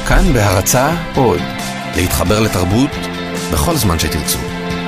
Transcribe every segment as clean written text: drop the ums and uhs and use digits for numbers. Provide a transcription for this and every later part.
כאן בהרצאה עוד, להתחבר לתרבות בכל זמן שתרצו.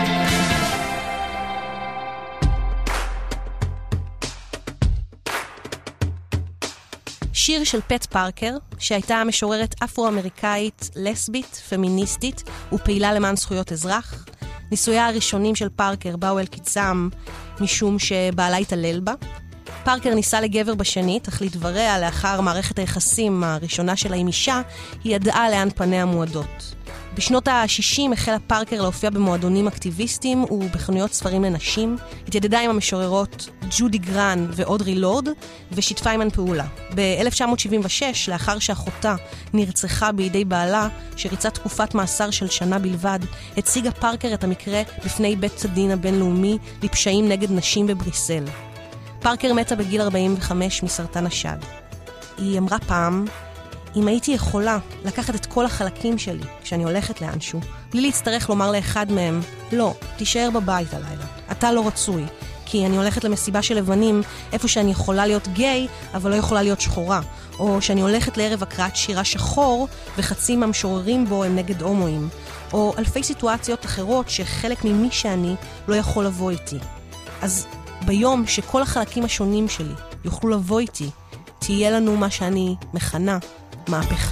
שיר של פט פארקר, שהייתה משוררת אפרו-אמריקאית, לסבית, פמיניסטית ופעילה למען זכויות אזרח. ניסויה הראשונים של פארקר באו אל קיצם משום שבעלה התעלל בה. פארקר ניסה לגבר בשנית, אך לדבריה לאחר מערכת היחסים הראשונה שלה עם אישה, היא ידעה לאן פניה מועדות. בשנות ה-60 החלה פארקר להופיע במועדונים אקטיביסטיים ובחנויות ספרים לנשים, התיידדה עם המשוררות ג'ודי גרן ואודרי לורד, ושיתפה עימן פעולה. ב-1976, לאחר שאחותה נרצחה בידי בעלה, שריצה תקופת מאסר של שנה בלבד, הציגה פארקר את המקרה בפני בית הדין הבינלאומי לפשעים נגד נשים בבריסל. פארקר מתה בגיל 45 מסרטן השד. היא אמרה פעם, אם הייתי יכולה לקחת את כל החלקים שלי כשאני הולכת לאנשהו, בלי להצטרך לומר לאחד מהם, לא, תישאר בבית הלילה, אתה לא רצוי, כי אני הולכת למסיבה של לבנים, איפה שאני יכולה להיות גיי, אבל לא יכולה להיות שחורה, או שאני הולכת לערב הקראת שירה שחור, וחצי מהמשוררים בו הם נגד הומואים, או אלפי סיטואציות אחרות שחלק ממי שאני לא יכול לבוא איתי. אז ביום שכל החלקים השונים שלי יוכלו לבוא איתי, תהיה לנו מה שאני מכנה מהפכה.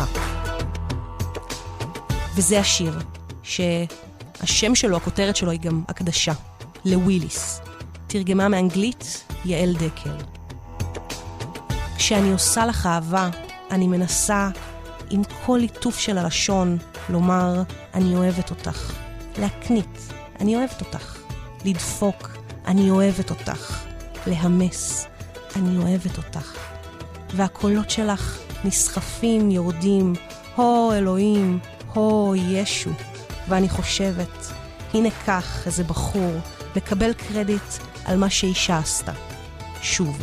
וזה השיר, שהשם שלו, הכותרת שלו היא גם הקדשה, לוויליס. תרגמה מאנגלית, יעל דקל. כשאני עושה לך אהבה, אני מנסה עם כל ליטוף של הלשון לומר, אני אוהבת אותך. להקנית, אני אוהבת אותך. לדפוק, אני אוהבת אותך. להמס, אני אוהבת אותך. והקולות שלך נסחפים, יורדים, הו אלוהים, הו ישו. ואני חושבת, הנה כך איזה בחור, מקבל קרדיט על מה שאישה עשתה. שוב.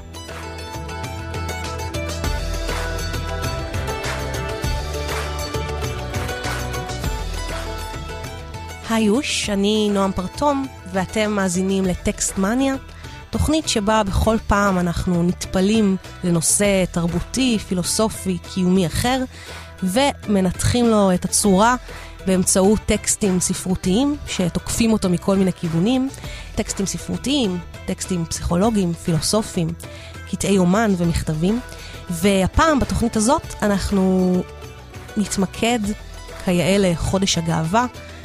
היוש, אני נועם פרטום, ואתם מאזינים לטקסט מניה, תוכנית שבה בכל פעם אנחנו נטפלים לנושא תרבותי, פילוסופי, קיומי אחר, ומנתחים לו את הצורה באמצעות טקסטים ספרותיים, שתוקפים אותו מכל מיני כיוונים, טקסטים ספרותיים, טקסטים פסיכולוגיים, פילוסופיים, קטעי אומן ומכתבים, והפעם בתוכנית הזאת אנחנו נתמקד כיאה חודש הגאווה,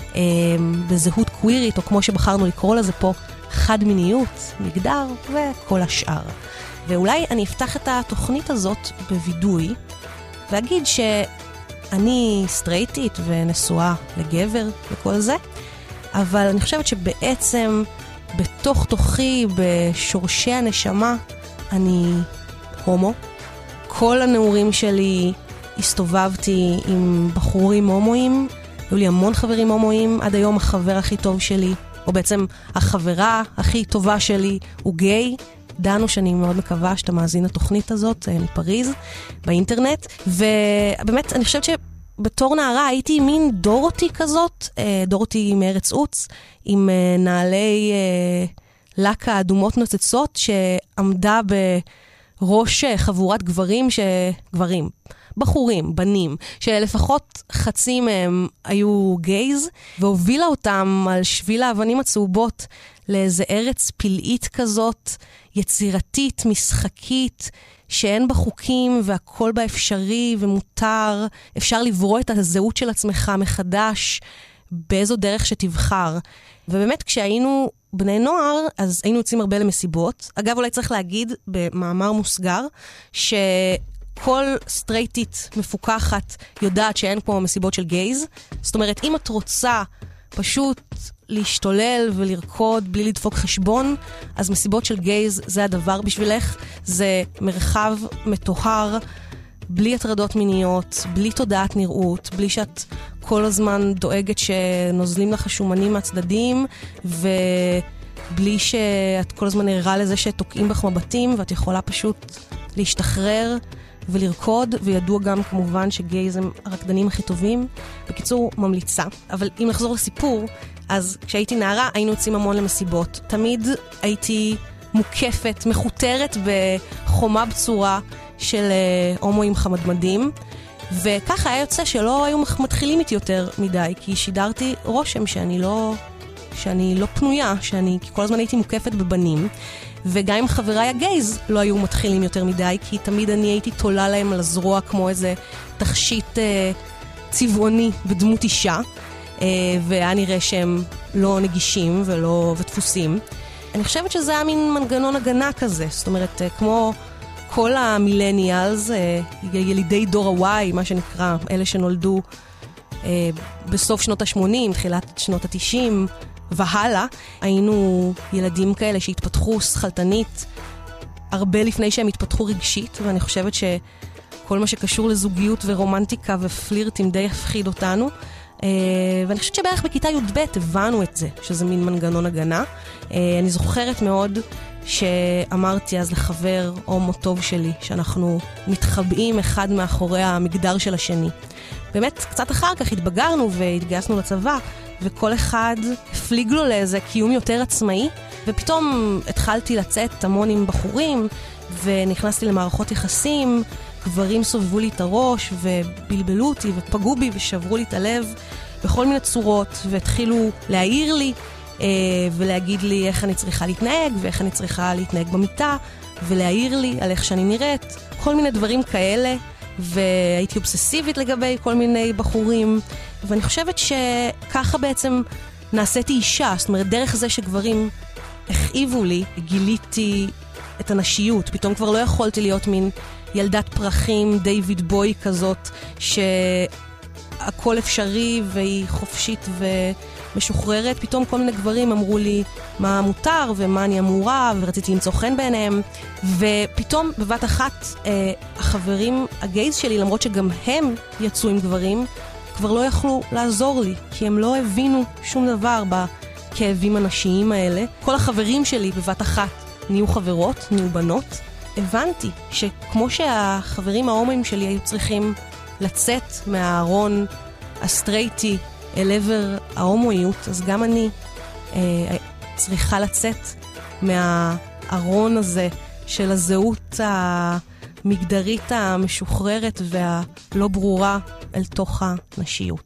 בזהות קווירית, או כמו שבחרנו לקרוא לזה פה, חד מיניות, מגדר וכל השאר. ואולי אני אפתח את התוכנית הזאת בוידוי, ואגיד שאני סטרייטית ונשואה לגבר וכל זה, אבל אני חושבת שבעצם בתוך תוכי, בשורשי הנשמה, אני הומו. כל הנעורים שלי הסתובבתי עם בחורים הומואים, היו לי המון חברים הומואים, עד היום החבר הכי טוב שלי, או בעצם החברה הכי טובה שלי, הוא גיי. דנו, שאני מאוד מקווה שאתה מאזין לתוכנית הזאת מפריז, באינטרנט, ובאמת אני חושבת שבתור נערה הייתי מין דורותי כזאת, דורותי מארץ עוץ, עם נעלי לקה אדומות נוצצות, שעמדה בראש חבורת גברים, בחורים, בנים, שלפחות חצי מהם היו גייז, והובילה אותם על שביל האבנים הצהובות לאיזה ארץ פלאית כזאת, יצירתית, משחקית, שאין בה חוקים והכל בה אפשרי ומותר, אפשר לברוא את הזהות של עצמך מחדש באיזו דרך שתבחר. ובאמת כשהיינו בני נוער, אז היינו יוצאים הרבה למסיבות. אגב, אולי צריך להגיד במאמר מוסגר, כל סטרייטית מפוקחת יודעת שאין פה מסיבות של גייז. זאת אומרת, אם את רוצה פשוט להשתולל ולרקוד בלי לדפוק חשבון, אז מסיבות של גייז זה הדבר בשבילך. זה מרחב מטוהר, בלי הטרדות מיניות, בלי תודעת נראות, בלי שאת כל הזמן דואגת שנוזלים לך שומנים מהצדדים, ובלי שאת כל הזמן ערה לזה שתוקעים בך מבטים, ואת יכולה פשוט להשתחרר ולרקוד, וידוע גם כמובן שגייז הם הרקדנים הכי טובים. בקיצור, ממליצה. אבל אם נחזור לסיפור, אז כשהייתי נערה היינו יוצאים המון למסיבות. תמיד הייתי מוקפת, מחותרת בחומה בצורה של הומואים חמדמדים, וככה היה יוצא שלא היו מתחילים איתי יותר מדי, כי שידרתי רושם שאני לא פנויה, כי כל הזמן הייתי מוקפת בבנים, וגם עם חבריי הגייז לא היו מתחילים יותר מדי, כי תמיד אני הייתי תולה להם על הזרוע כמו איזה תכשיט צבעוני בדמות אישה, והיה נראה שהם לא נגישים ודפוסים. אני חושבת שזה היה מין מנגנון הגנה כזה, זאת אומרת, כמו כל המילניאלס, ילידי דור ה-Y, מה שנקרא, אלה שנולדו בסוף שנות ה-80, תחילת שנות ה-90 והלאה, היינו ילדים כאלה שהתפתחו שכלתנית הרבה לפני שהם התפתחו רגשית, ואני חושבת שכל מה שקשור לזוגיות ורומנטיקה ופלירטים די הפחיד אותנו, ואני חושבת שבערך בכיתה י"ב הבנו את זה, שזה מין מנגנון הגנה. אני זוכרת מאוד שאמרתי אז לחבר הומו טוב שלי, שאנחנו מתחבאים אחד מאחורי המגדר של השני. באמת, קצת אחר כך התבגרנו והתגייסנו לצבא, וכל אחד הפליג לו לאיזה קיום יותר עצמאי, ופתאום התחלתי לצאת המון עם בחורים, ונכנסתי למערכות יחסים, גברים סובבו לי את הראש, ובלבלו אותי, ופגעו בי, ושברו לי את הלב, בכל מיני צורות, והתחילו להעיר לי, ולהגיד לי איך אני צריכה להתנהג, ואיך אני צריכה להתנהג במיטה, ולהעיר לי על איך שאני נראית, כל מיני דברים כאלה, והייתי אובססיבית לגבי כל מיני בחורים, ואני חושבת שככה בעצם נעשיתי אישה, זאת אומרת, דרך זה שגברים הכאיבו לי, גיליתי את הנשיות, פתאום כבר לא יכולתי להיות מין ילדת פרחים, דיוויד בוי כזאת, שהכל אפשרי והיא חופשית ומשוחררת. פתאום כל מיני גברים אמרו לי מה מותר ומה אני אמורה, ורציתי למצוא חן בעיניהם, ופתאום בבת אחת החברים הגייז שלי, למרות שגם הם יצאו עם גברים, כבר לא יכלו לעזור לי, כי הם לא הבינו שום דבר בכאבים הנשיים האלה. כל החברים שלי בבת אחת נהיו חברות, נהיו בנות. הבנתי שכמו שהחברים ההומואים שלי היו צריכים לצאת מהארון הסטרייטי אל עבר ההומואיות, אז גם אני צריכה לצאת מהארון הזה של הזהות המגדרית המשוחררת והלא ברורה אל תוך הנשיות.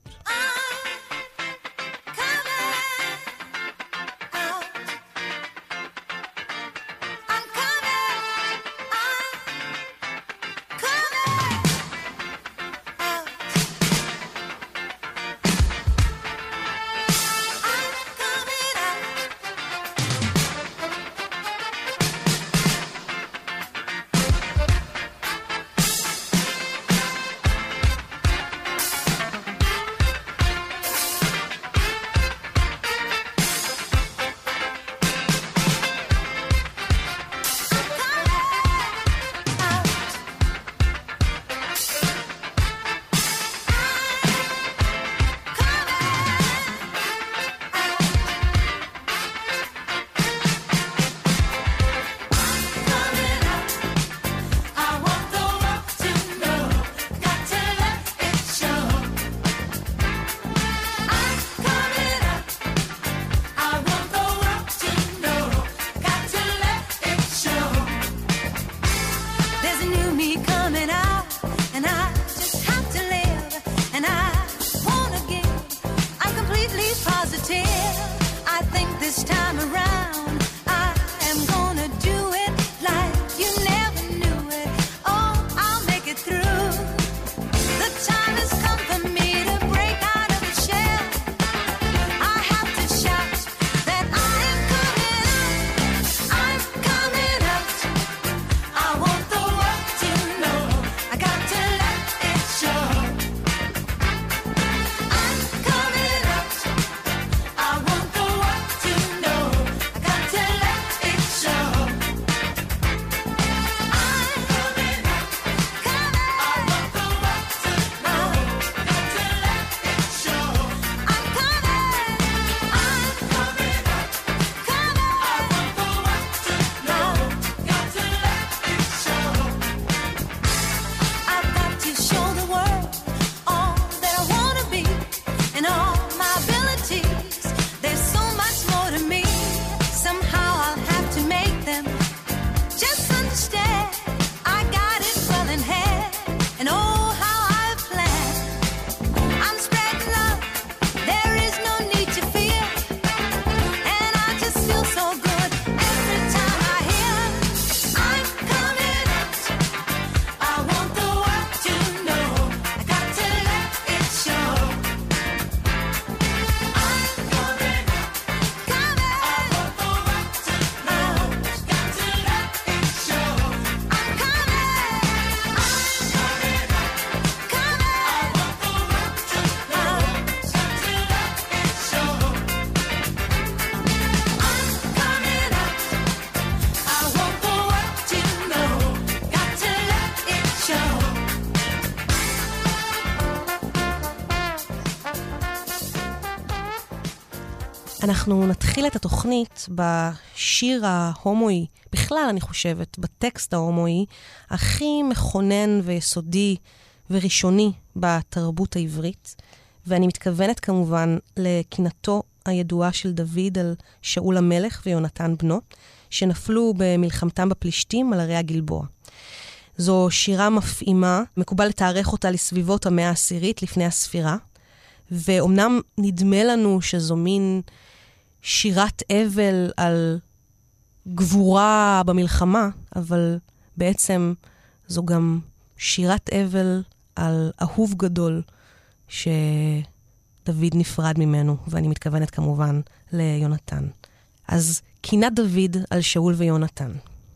אנחנו נתחיל את התוכנית בשיר ההומואי, בכלל אני חושבת, בטקסט ההומואי, הכי מכונן ויסודי וראשוני בתרבות העברית, ואני מתכוונת כמובן לקינתו הידועה של דוד על שאול המלך ויונתן בנו, שנפלו במלחמתם בפלישתים על הרי הגלבוע. זו שירה מפעימה, מקובל לתארך אותה לסביבות המאה העשירית לפני הספירה, ואומנם נדמה לנו שזו מין שירת אבל על גבורה במלחמה, אבל בעצם זו גם שירת אבל על אהוב גדול שדוד נפרד ממנו, ואני מתכוונת כמובן ליונתן. אז קינת דוד על שאול ויונתן.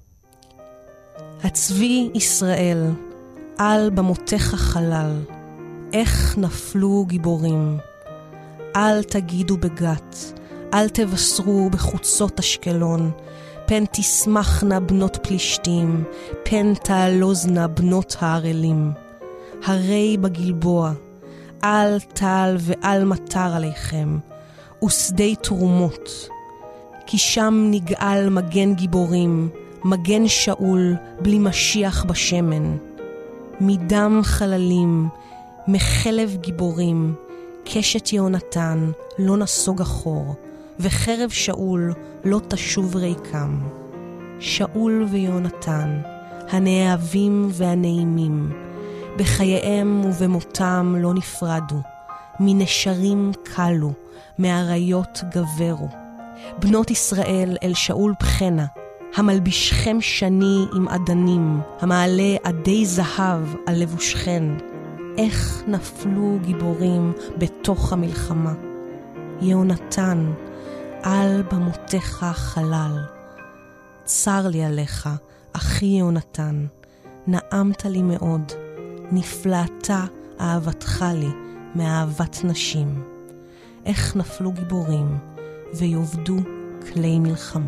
הצבי ישראל, על במותיך חלל, איך נפלו גיבורים. אל תגידו בגת, אל תבשרו בחוצות אשקלון, פן תשמחנה בנות פלישתים, פן תעלוזנה בנות הערלים. הרי בגלבוע, אל טל ואל מטר עליכם, ושדי תרומות. כי שם נגאל מגן גיבורים, מגן שאול בלי משיח בשמן. מדם חללים, מחלב גיבורים, קשת יהונתן לא נסוג אחור, וחרב שאול לא תשוב ריקם. שאול ויהונתן, הנאהבים והנעימים, בחייהם ובמותם לא נפרדו, מנשרים קלו, מאריות גברו. בנות ישראל אל שאול בחנה, המלבישכם שני עם עדנים, המעלה עדי זהב על לבושכן. איך נפלו גיבורים בתוך המלחמה. יהונתן, על במותיך חלל. צר לי עליך, אחי יהונתן, נעמת לי מאוד, נפלאתה אהבתך לי מאהבת נשים. איך נפלו גיבורים ויובדו כלי מלחמה.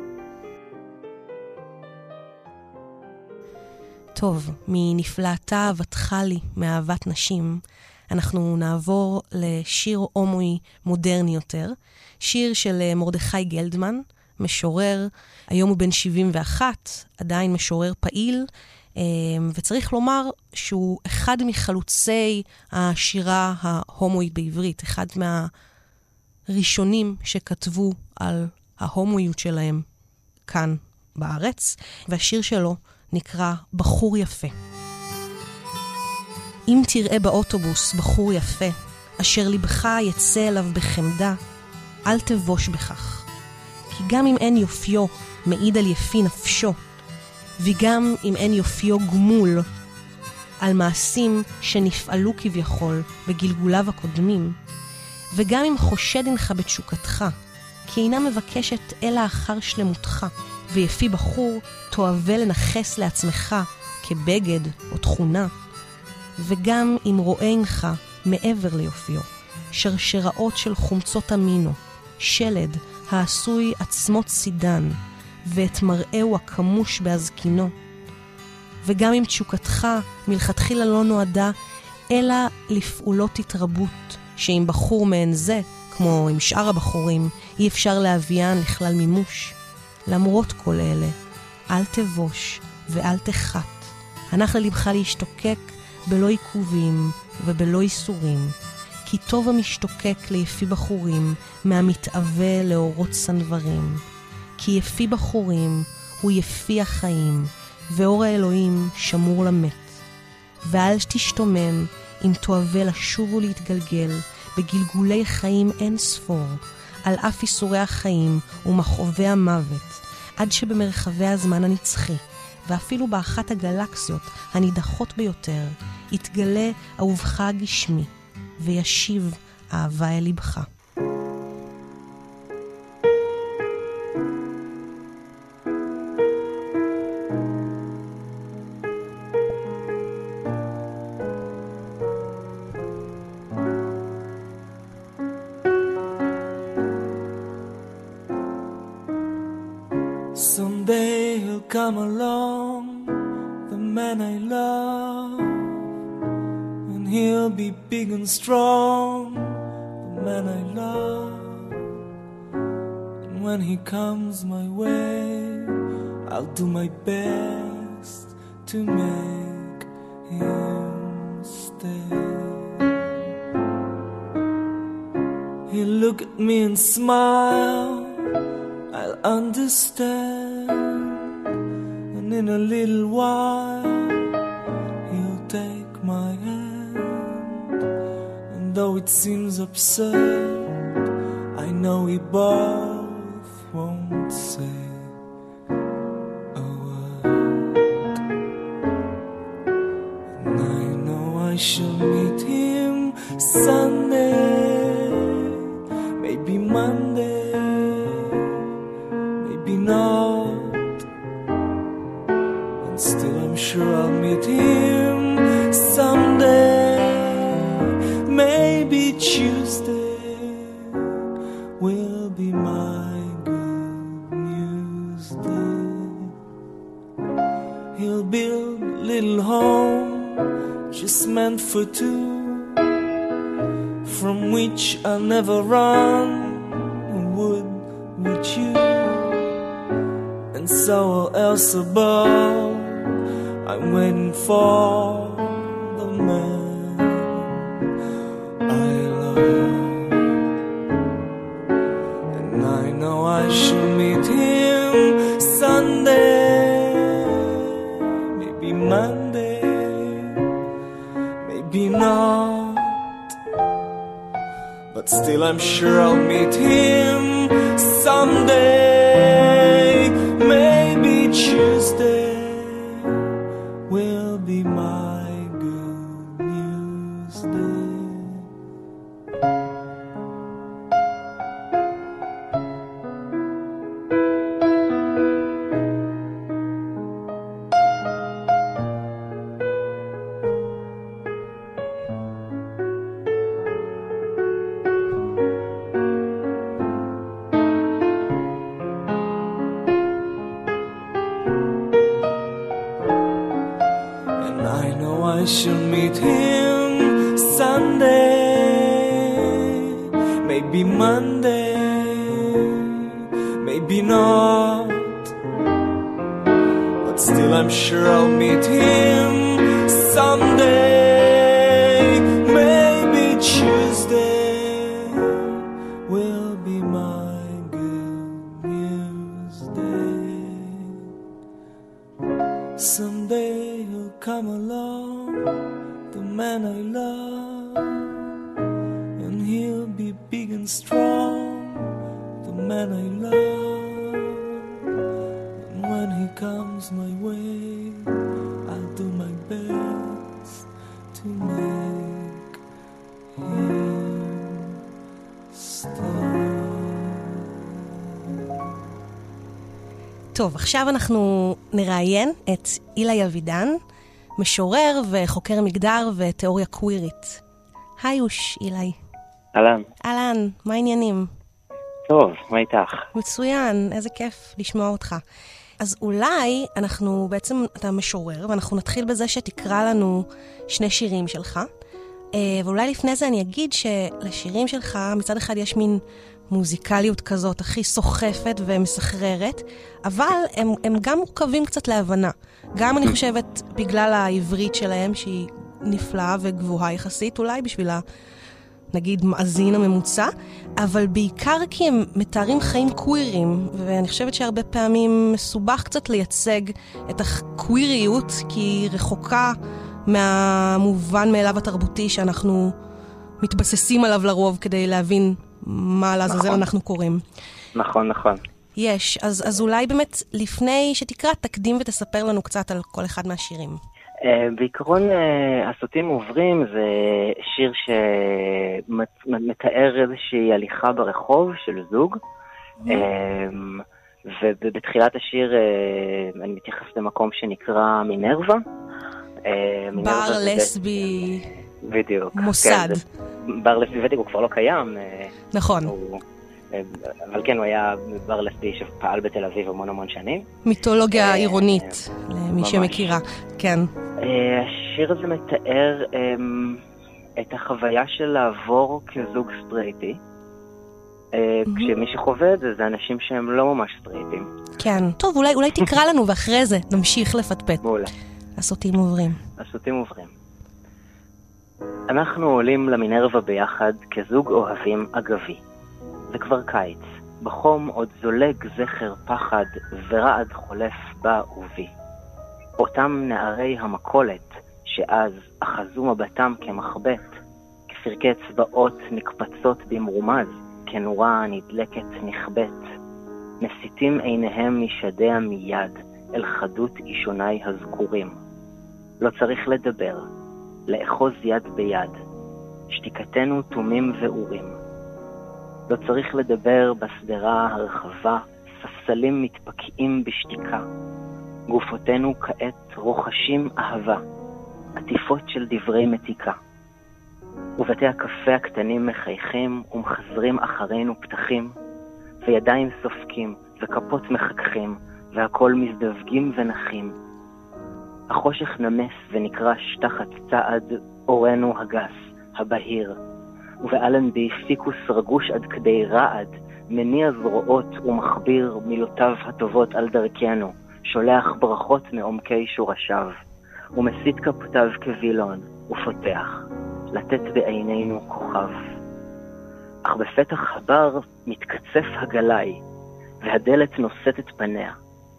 טוב, מנפלאתה אהבתך לי מאהבת נשים, אנחנו נעבור לשיר הומואי מודרני יותר, שיר של מרדכי גלדמן, משורר, היום הוא בן 71, עדיין משורר פעיל, וצריך לומר שהוא אחד מחלוצי השירה ההומואית בעברית, אחד מהראשונים שכתבו על ההומואיות שלהם כאן בארץ, והשיר שלו נקרא בחור יפה. אם תראה באוטובוס בחור יפה, אשר לבך יצא אליו בחמדה, אל תבוש בכך. כי גם אם אין יופיו מעיד על יפי נפשו, וגם אם אין יופיו גמול על מעשים שנפעלו כביכול בגלגוליו הקודמים, וגם אם חושד אינך בתשוקתך, כי אינה מבקשת אלא אחר שלמותך, ויפי בחור תאהבה לנחס לעצמך כבגד או תכונה, וגם אם רואה אינך מעבר ליופיו, שרשראות של חומצות אמינו, שלד העשוי עצמות סידן, ואת מראהו הכמוש בהזקינו, וגם אם תשוקתך מלכתחילה לא נועדה, אלא לפעולות התרבות, שאם בחור מעין זה, כמו עם שאר הבחורים, אי אפשר להביאן לכלל מימוש. למרות כל אלה, אל תבוש ואל תחת. הנח ללבך להשתוקק בלא עיכובים ובלא איסורים, כי טוב המשתוקק ליפי בחורים מהמתאווה לאורות סנברים. כי יפי בחורים הוא יפי החיים, ואור האלוהים שמור למת. ואל תשתומם אם תאווה לשוב ולהתגלגל בגלגולי חיים אין ספור, על אף איסורי החיים ומכאובי המוות, עד שבמרחבי הזמן הנצחי, ואפילו באחת הגלקסיות הנידחות ביותר, יתגלה אהובך הגשמי, וישיב אהבה אל לבך. Someday he'll come along, the man I love, and he'll be big and strong, the man I love. when he comes my way, I'll do my best to make him stay. He'll look at me and smile, I'll understand, and in a little while he'll take my hand. And though it seems absurd, I know we both won't say a word. And I know I shall meet him Sunday, maybe Monday, maybe not. And still I'm sure I'll meet him someday, maybe Tuesday will be my good news day. He'll build a little home just meant for two, from which I'll never run, would you? And so else above, I'm waiting for the man I love. And I know I shall meet him Sunday, maybe Monday, maybe not. But still I'm sure I'll meet him someday, maybe Tuesday will be my good news day. I shall meet him Sunday, maybe Monday, maybe not. But still I'm sure I'll meet him someday, maybe Tuesday will be my good news day. Someday he'll come along, the man I love, and he'll be big and strong, the man I love. And when he comes my way, I'll do my best to make him stay. טוב, עכשיו אנחנו נראיין את אילי אבידן, משורר וחוקר מגדר ותיאוריה קווירית. היי אוש, אילי. אהלן. אהלן, מה העניינים? טוב, מה איתך? מצוין, איזה כיף לשמוע אותך. אז אולי אתה משורר, ואנחנו נתחיל בזה שתקרא לנו שני שירים שלך. ואולי לפני זה אני אגיד שלשירים שלך מצד אחד יש מין מוזיקליות כזאת הכי סוחפת ומסחררת, אבל הם גם מורכבים קצת להבנה. גם אני חושבת בגלל העברית שלהם שהיא נפלאה וגבוהה יחסית, אולי בשביל נגיד מאזין הממוצע, אבל בעיקר כי הם מתארים חיים קווירים, ואני חושבת שהרבה פעמים מסובך קצת לייצג את הקוויריות, כי היא רחוקה מהמובן מאליו התרבותי שאנחנו מתבססים עליו לרוב כדי להבין מה לעזאזל אנחנו קוראים. נכון, נכון. יש, אז אולי באמת לפני שתקרא תקדים ותספר לנו קצת על כל אחד מהשירים. בעיקרון הסוטים עוברים זה שיר שמתאר איזושהי הליכה ברחוב של זוג, ובתחילת השיר אני מתייחס למקום שנקרא מינרווה. בר לסבי בדיוק. מוסד. בר לסבי ותיק הוא כבר לא קיים. נכון. אבל כן, הוא היה בר לסבי שפעל בתל אביב המון שנים. מיתולוגיה עירונית, למי שמכירה. כן. השיר הזה מתאר את החוויה של לעבור כזוג סטרייטי, כשמי שחווה את זה, זה אנשים שהם לא ממש סטרייטים. כן. טוב, אולי תקרא לנו, ואחרי זה נמשיך לפטפט. מעולה. הסוטים עוברים. הסוטים עוברים. אנחנו עולים למינרווה ביחד כזוג אוהבים אגבי. זה כבר קיץ. בחום עוד זולג זכר פחד ורעד חולף בה ובי. אותם נערי המקולת שאז אחזו מבטם כמחבט, כפרקי צבאות נקפצות במרומז, כנורה נדלקת נכבט. מסיתים עיניהם משדיה מיד אל חדות אישוני הזכורים. לא צריך לדבר, לאחוז יד ביד, שתיקתנו תומים ואורים. לא צריך לדבר בסדרה הרחבה, ספסלים מתפקעים בשתיקה. גופותינו כעת רוחשים אהבה, עטיפות של דברי מתיקה. ובתי הקפה הקטנים מחייכים ומחזרים אחרינו פתחים, וידיים סופקים וכפות מחככים, והכל מזדווגים ונחים. החושך נמס ונקרש תחת צעד אורנו הגס, הבהיר, ובאלנבי פיקוס רגוש עד כדי רעד, מניע זרועות ומחביר מילותיו הטובות על דרכנו, שולח ברכות מעומקי שורשיו, ומסיט כפותיו כבילון, ופותח, לתת בעינינו כוכב. אך בפתח הבר מתקצף הגלאי, והדלת נושאת את פניה.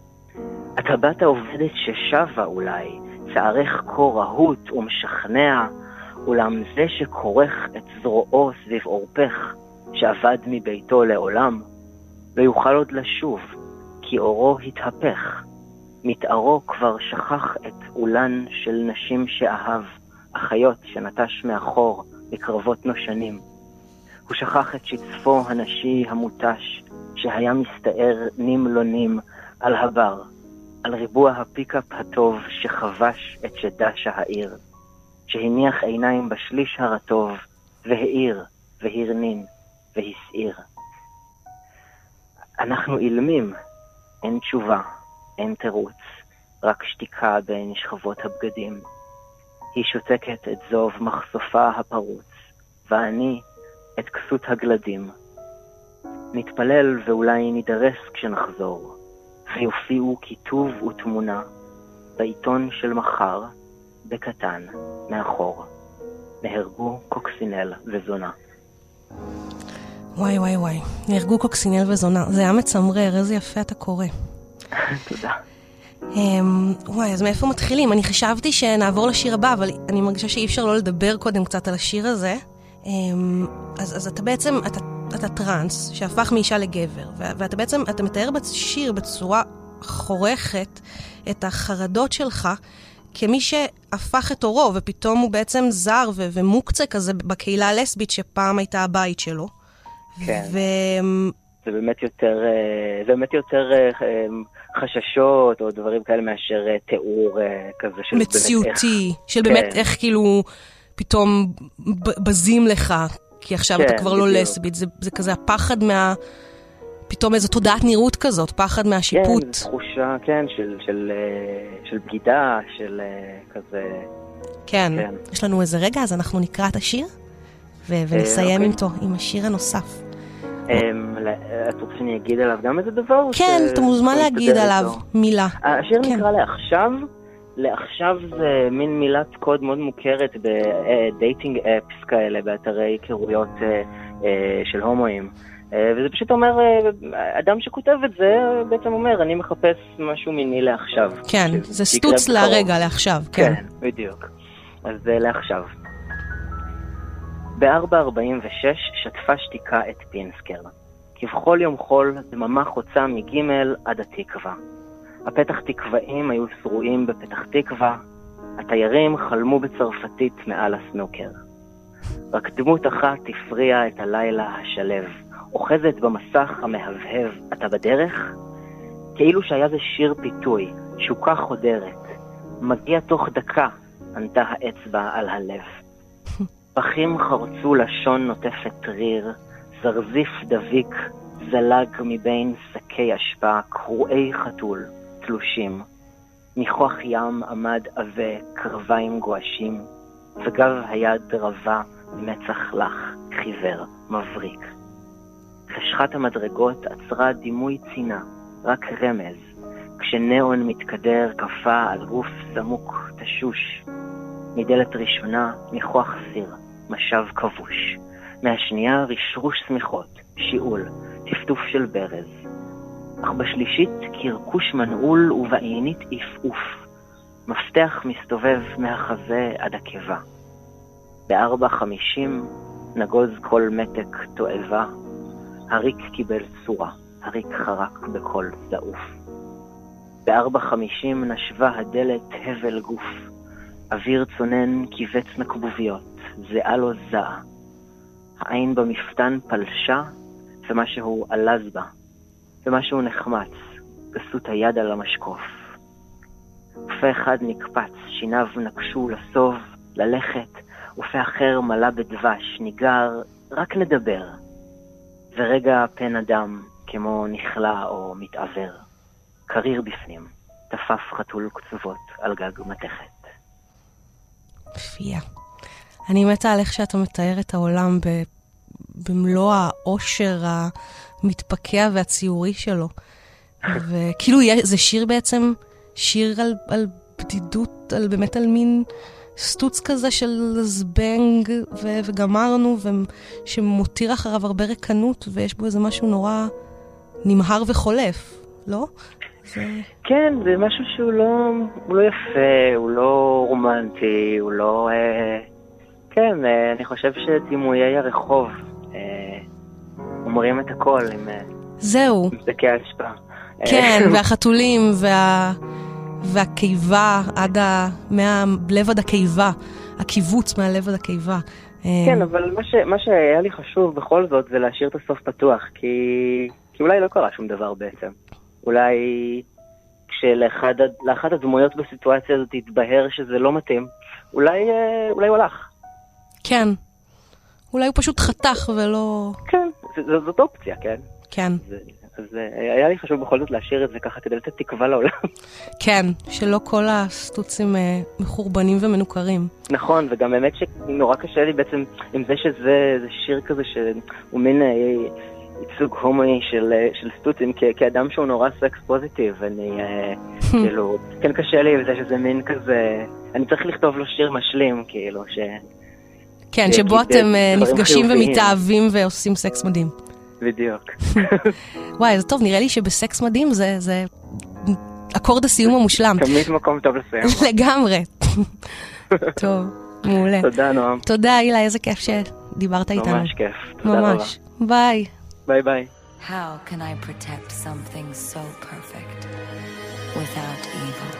אתה בת העובדת ששבה אולי, צערך כה רהוט ומשכנע, אולם זה שכורך את זרועו סביב אורפך, שעבד מביתו לעולם, לא יוכל עוד לשוב, כי אורו התהפך. מתארו כבר שכח את אולן של נשים שאהב, אחיות שנטש מאחור בקרבות נושנים. הוא שכח את שצפו הנשי המוטש, שהיה מסתער נים לא נים על הבר, על ריבוע הפיקאפ הטוב שחבש את שדש העיר, שהניח עיניים בשליש הרטוב, והאיר, והרנין, והסעיר. אנחנו אילמים, אין תשובה, אין תירוץ, רק שתיקה בין שכבות הבגדים. היא שותקת את זוב מחשופה הפרוץ, ואני את כסות הגלדים. נתפלל ואולי נידרס כשנחזור, ויופיעו כיתוב ותמונה, בעיתון של מחר, בקטן, מאחור. נהרגו קוקסינל וזונה. וואי וואי וואי, נהרגו קוקסינל וזונה. זה היה מצמרר, איזה יפה אתה קורא. תודה. וואי, אז מאיפה מתחילים? אני חשבתי שנעבור לשיר הבא, אבל אני מרגישה שאי אפשר לא לדבר קודם קצת על השיר הזה. אז אתה בעצם, אתה טרנס שהפך מאישה לגבר, ואתה בעצם, אתה מתאר בשיר בצורה חורכת את החרדות שלך, כמי שהפך את אורו, ופתאום הוא בעצם זר ומוקצה כזה בקהילה הלסבית שפעם הייתה הבית שלו. כן. זה באמת יותר חששות או דברים כאלה מאשר תיאור כזה של מציאותי, של באמת איך כאילו פתאום בזים לך, כי עכשיו אתה כבר לא לסבית. זה כזה הפחד פתאום איזו תודעת נראות כזאת, פחד מהשיפוט. כן, תחושה, כן, של בגידה, של כזה... כן, יש לנו איזה רגע, אז אנחנו נקרא את השיר, ונסיים איתו, עם השיר הנוסף. את רוצה שאני אגיד עליו גם איזה דבר? כן, אתה מוזמן להגיד עליו מילה. השיר נקרא לעכשיו. לעכשיו זה מין מילת קוד מאוד מוכרת בדייטינג אפס כאלה, באתרי היכרויות של הומואים. וזה פשוט אומר, אדם שכותב את זה בעצם אומר, אני מחפש משהו מיני לעכשיו. כן, זה סטוץ להרגע, לעכשיו, כן. כן, בדיוק. אז זה לעכשיו. ב-4:46 שטפה שתיקה את פינסקר. כבכל יום חול, דממה חוצה מגימל עד התקווה. הפתח תקוואים היו שרועים בפתח תקווה, התיירים חלמו בצרפתית מעל הסנוקר. רק דמות אחת הפריעה את הלילה השלב, אוחזת במסך המהבהב, אתה בדרך? כאילו שהיה זה שיר פיתוי, שוקה חודרת. מגיע תוך דקה, ענתה האצבע על הלב. פחים חרצו לשון נוטפת ריר, זרזיף דביק, זלג מבין שקי אשפה, קרועי חתול, תלושים. מכוח ים עמד עבה, קרביים גואשים, וגב היד רבה, מצח לח, חיוור, מבריק. חשכת המדרגות עצרה דימוי צינה, רק רמז, כשנאון מתקדר קפה על גוף סמוק תשוש. מדלת ראשונה ניחוח סיר, משב כבוש. מהשנייה רשרוש סמיכות, שיעול, טפטוף של ברז. אך בשלישית קרקוש מנעול ובעינית עפעוף. מפתח מסתובב מהחזה עד הקיבה. ב4:50 נגוז כל מתק תועבה. הריק קיבל צורה, הריק חרק בכל זעוף. ב4:50 נשבה הדלת הבל גוף. אוויר צונן קיבץ נקבוביות, זהה לו זעה. העין במפתן פלשה, ומשהו עלז בה, ומשהו נחמץ, גסות היד על המשקוף. ופה אחד נקפץ, שיניו נקשו לסוב, ללכת, ופה אחר מלא בדבש, ניגר, רק נדבר. ורגע פן אדם, כמו נכלה או מתעבר. קריר בפנים, תפף חתול קצובות על גג מתכת. פיה. אני מתה על איך שאתה מתאר את העולם במלוא העושר המתפקע והציורי שלו. וכאילו זה שיר בעצם, שיר על בדידות, באמת על מין סטוץ כזה של זבנג וגמרנו, שמותיר אחריו הרבה רקנות, ויש בו איזה משהו נורא נמהר וחולף, לא? כן, זה משהו שהוא לא יפה, הוא לא רומנטי, הוא לא... כן, אני חושב שדימויי הרחוב אומרים את הכל עם... זהו. עם דקי ההשפעה. כן, והחתולים והקיבה מהלב עד הקיבה, הקיבוץ מהלב עד הקיבה. כן, אבל מה שהיה לי חשוב בכל זאת זה להשאיר את הסוף פתוח, כי אולי לא קרה שום דבר בעצם. אולי כשלאחת הדמויות בסיטואציה הזאת התבהר שזה לא מתאים, אולי הוא הלך. כן. אולי הוא פשוט חתך ולא... כן, זאת אופציה, כן? כן. אז היה לי חשוב בכל זאת להשאיר את זה ככה כדי לתת תקווה לעולם. כן, שלא כל הסטוצים מחורבנים ומנוכרים. נכון, וגם באמת שנורא קשה לי בעצם עם זה שזה שיר כזה שהוא מין ייצוג הומואי של סטוצים, כאדם שהוא נורא סקס פוזיטיב, אני כאילו, כן קשה לי עם זה שזה מין כזה, אני צריך לכתוב לו שיר משלים, כאילו, כן, שבו אתם נפגשים ומתאהבים ועושים סקס מדהים. בדיוק. וואי, זה טוב, נראה לי שבסקס מדהים זה אקורד הסיום המושלם. תמיד מקום טוב לסיים. לגמרי. טוב, מעולה. תודה, נועם. תודה, אילה, איזה כיף שדיברת איתנו. ממש כיף. ממש. ביי. ביי ביי. How can I protect something so perfect without evil?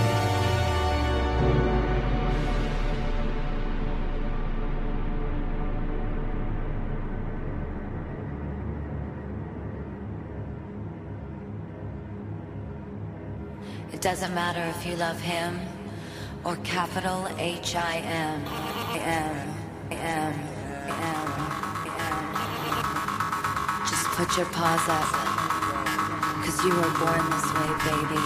It doesn't matter if you love him or capital H-I-M. Just put your paws up, 'cause you were born this way, baby.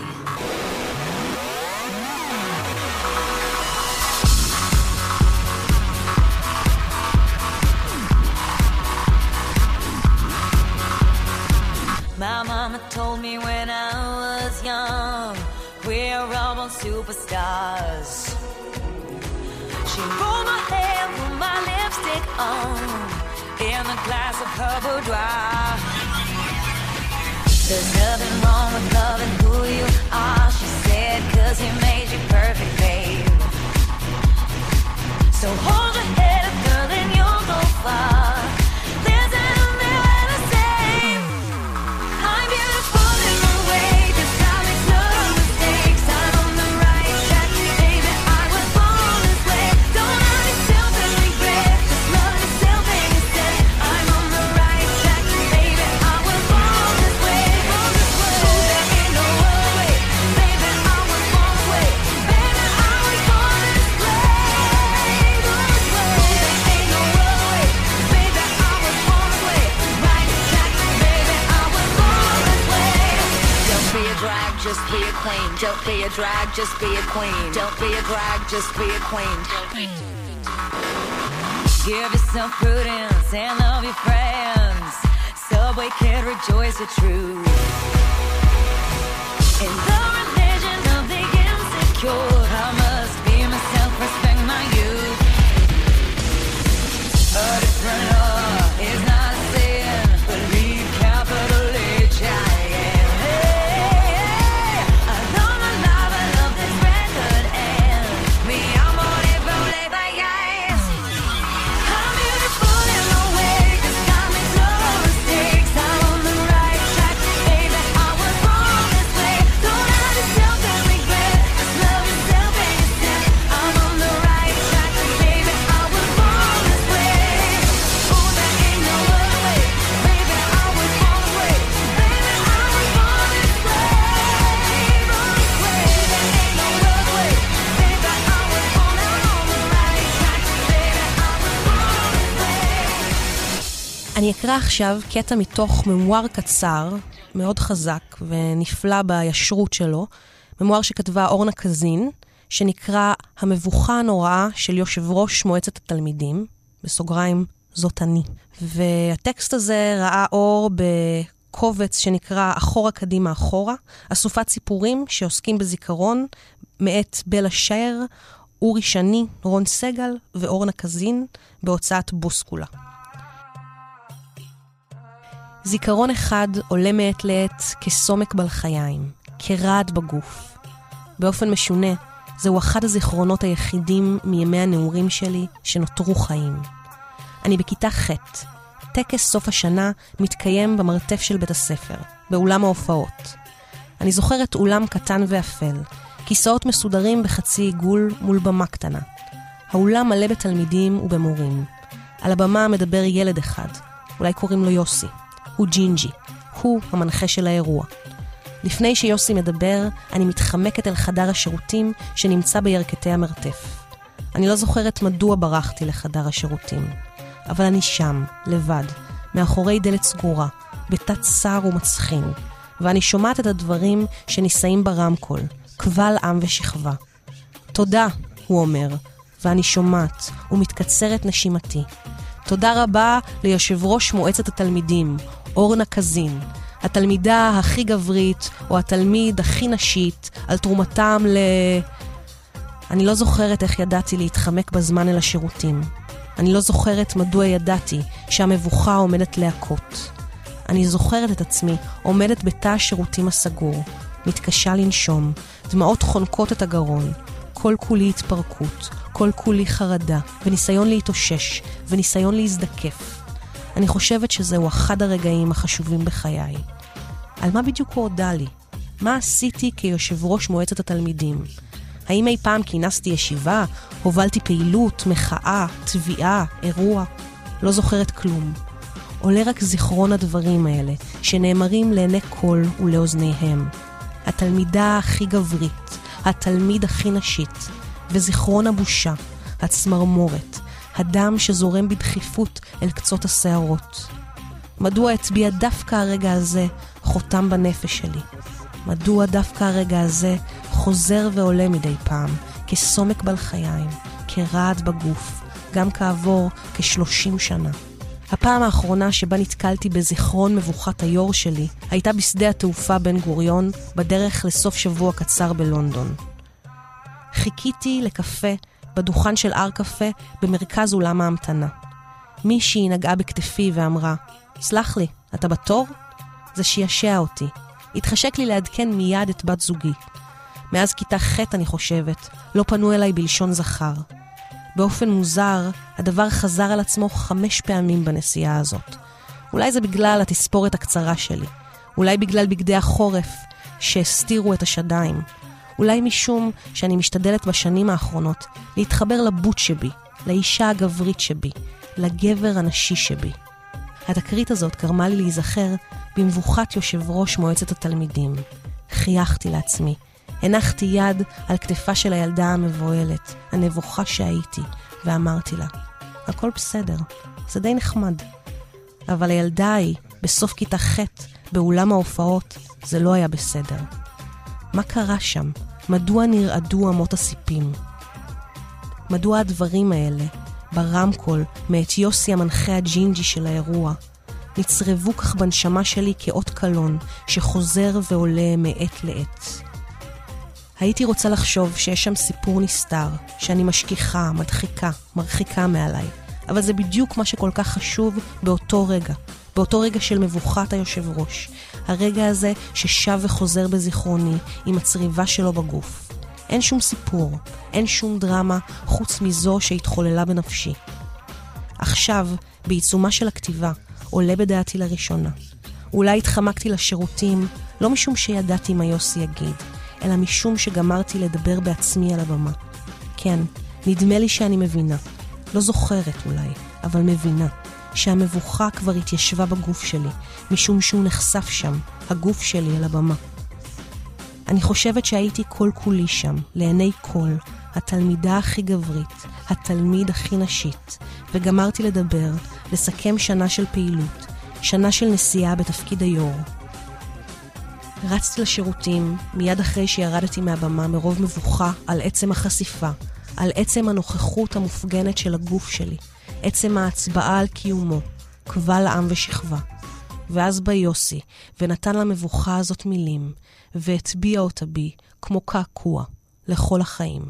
My mama told me when I was young, we're all superstars. She rolled my hair, put my lipstick on, in a glass of her boudoir. There's nothing wrong with loving who you are, she said, 'cause he made you perfect, babe. So hold your head up, girl, and you'll go far. Just be a queen. Don't be a drag, just be a queen. Don't be a drag, just be a queen. Give yourself prudence and love your friends. Sub halfway can't rejoice the truth. In the religion of the insecure, I must be myself, respect my youth. A different law is not a sin, believe capital H I am. Hey, I love my life, I love this record, and me, I'm on it, rolling by eyes. I'm beautiful in my way, 'cause time makes no mistakes. I'm on the right track, baby, I was born this way. Don't have yourself and regret, just love yourself and yourself. I'm on the right track, baby, I was born this way. Oh, there ain't no other way, baby, I was born this way. Baby, I was born this way, born this way. There ain't no other way, baby, I was born, I'm on the right track, baby, I was born this way. אני אקרא עכשיו קטע מתוך ממואר קצר, מאוד חזק ונפלא בישרות שלו, ממואר שכתבה אורנה קזין, שנקרא המבוכה הנוראה של יושב ראש מועצת התלמידים, בסוגריים זאת אני. והטקסט הזה ראה אור בקובץ שנקרא אחורה קדימה אחורה, אסופת סיפורים שעוסקים בזיכרון, מאת בלה שייר, אורי שני, רון סגל ואורנה קזין, בהוצאת בוסקולה. זיכרון אחד עולה מעת לעת כסומק בלחיים, כרעד בגוף. באופן משונה, זהו אחד הזיכרונות היחידים מימי הנעורים שלי שנותרו חיים. אני בכיתה ח'. טקס סוף השנה מתקיים במרתף של בית הספר, באולם ההופעות. אני זוכרת אולם קטן ואפל, כיסאות מסודרים בחצי עיגול מול במה קטנה. האולם מלא בתלמידים ובמורים. על הבמה מדבר ילד אחד, אולי קוראים לו יוסי. הוא ג'ינג'י, הוא המנחה של האירוע. לפני שיוסי מדבר, אני מתחמקת אל חדר השירותים שנמצא בירכתי המרתף. אני לא זוכרת מדוע ברחתי לחדר השירותים, אבל אני שם, לבד, מאחורי דלת סגורה, בתת שר ומצחין, ואני שומעת את הדברים שנישאים ברמקול, קבל עם ושכבה. תודה, הוא אומר, ואני שומעת ומתקצרת נשימתי. תודה רבה ליושב ראש מועצת התלמידים, אורנה קזין, התלמידה הכי גברית, או התלמיד הכי נשית, על תרומתם אני לא זוכרת איך ידעתי להתחמק בזמן אל השירותים. אני לא זוכרת מדוע ידעתי שהמבוכה עומדת להכות. אני זוכרת את עצמי עומדת בתא השירותים הסגור, מתקשה לנשום, דמעות חונקות את הגרון, כל כולי התפרקות, כל כולי חרדה, וניסיון להתאושש, וניסיון להזדקף. אני חושבת שזהו אחד הרגעים החשובים בחיי. על מה בדיוק הוא הודע לי? מה עשיתי כיושב ראש מועצת התלמידים? האם אי פעם כינסתי ישיבה, הובלתי פעילות, מחאה, תביעה, אירוע? לא זוכרת כלום. עולה רק זיכרון הדברים האלה, שנאמרים לעיני כל ולאוזניהם. התלמידה הכי גברית, התלמיד הכי נשית, וזיכרון הבושה, הצמרמורת, הדם שזורם בדחיפות אל קצות השערות. מדוע הצביע דווקא הרגע הזה חותם בנפש שלי? מדוע דווקא הרגע הזה חוזר ועולה מדי פעם, כסומק בלחיים, כרעד בגוף, גם כעבור כ30 שנה? הפעם האחרונה שבה נתקלתי בזיכרון מבוכת היור שלי, הייתה בשדה התעופה בן גוריון, בדרך לסוף שבוע קצר בלונדון. חיכיתי לקפה בדוכן של אר קפה במרכז אולם ההמתנה. מישהי נגעה בכתפי ואמרה, סלח לי, אתה בתור? זה שישע אותי. התחשק לי לעדכן מיד את בת זוגי. מאז כיתה ח' אני חושבת, לא פנו אליי בלשון זכר. באופן מוזר, הדבר חזר על עצמו 5 פעמים בנסיעה הזאת. אולי זה בגלל התספורת הקצרה שלי. אולי בגלל בגדי החורף שהסתירו את השדיים. אולי משום שאני משתדלת בשנים האחרונות להתחבר לבוט שבי, לאישה הגברית שבי, לגבר הנשי שבי. התקרית הזאת גרמה לי להיזכר במבוכת יושב ראש מועצת התלמידים. חייכתי לעצמי. הנחתי יד על כתפה של הילדה המבוהלת, הנבוכה שהייתי, ואמרתי לה, הכל בסדר, זה די נחמד. אבל הילדה ההיא, בסוף כיתה ח', באולם ההופעות, זה לא היה בסדר. מה קרה שם? מדוע נרעדו אמות הסיפים? מדוע הדברים האלה, ברמקול, מאת יוסי המנחה הג'ינג'י של האירוע, נצרבו כך בנשמה שלי כאות קלון שחוזר ועולה מעת לעת. הייתי רוצה לחשוב שיש שם סיפור נסתר, שאני משכיחה, מדחיקה, מרחיקה מעליי. אבל זה בדיוק מה שכל כך חשוב באותו רגע של מבוכת היושב ראש. הרגע הזה ששב וחוזר בזיכרוני עם הצריבה שלו בגוף. אין שום סיפור, אין שום דרמה חוץ מזו שהתחוללה בנפשי. עכשיו, בעיצומה של הכתיבה, עולה בדעתי לראשונה. אולי התחמקתי לשירותים, לא משום שידעתי מה יוסי יגיד, אלא משום שגמרתי לדבר בעצמי על הבמה. כן, נדמה לי שאני מבינה. לא זוכרת אולי, אבל מבינה. שהמבוכה כבר התיישבה בגוף שלי, משום שהוא נחשף שם, הגוף שלי על הבמה. אני חושבת שהייתי כל כולי שם, לעיני כל, התלמידה הכי גברית, התלמיד הכי נשית, וגמרתי לדבר, לסכם שנה של פעילות, שנה של נסיעה בתפקיד היור. רצתי לשירותים, מיד אחרי שירדתי מהבמה מרוב מבוכה על עצם החשיפה, על עצם הנוכחות המופגנת של הגוף שלי, עצם ההצבעה על קיומו, קבל עם ושכבה. ואז בא יוסי, ונתן למבוכה הזאת מילים, והטביע אותה בי, כמו קעקוע, לכל החיים.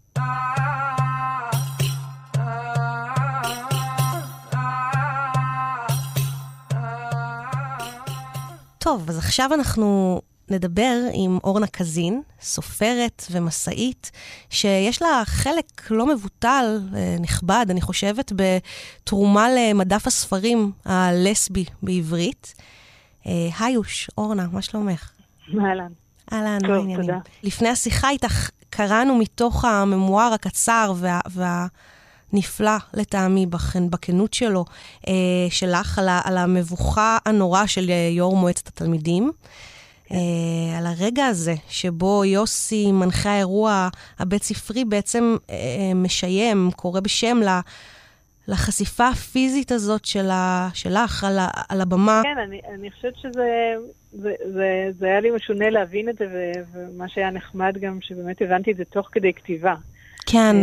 טוב, אז עכשיו אנחנו נדבר עם אורנה קזין, סופרת ומסעית, שיש לה חלק לא מבוטל, נכבד, אני חושבת, בתרומה למדף הספרים הלסבי בעברית. היוש, אורנה, מה שלומך? אהלן. אהלן, טוב, תודה. לפני השיחה איתך קראנו מתוך הממואר הקצר והנפלא לטעמי בכנות שלו, שלך על המבוכה הנורא של יו"ר מועצת התלמידים. על הרגע הזה שבו יוסי מנחה האירוע הבית ספרי בעצם משיים, קורא בשם לחשיפה הפיזית הזאת שלך על הבמה. כן, אני חושבת זה היה לי משונה להבין את זה, ומה שהיה נחמד גם שבאמת הבנתי את זה תוך כדי כתיבה. כן.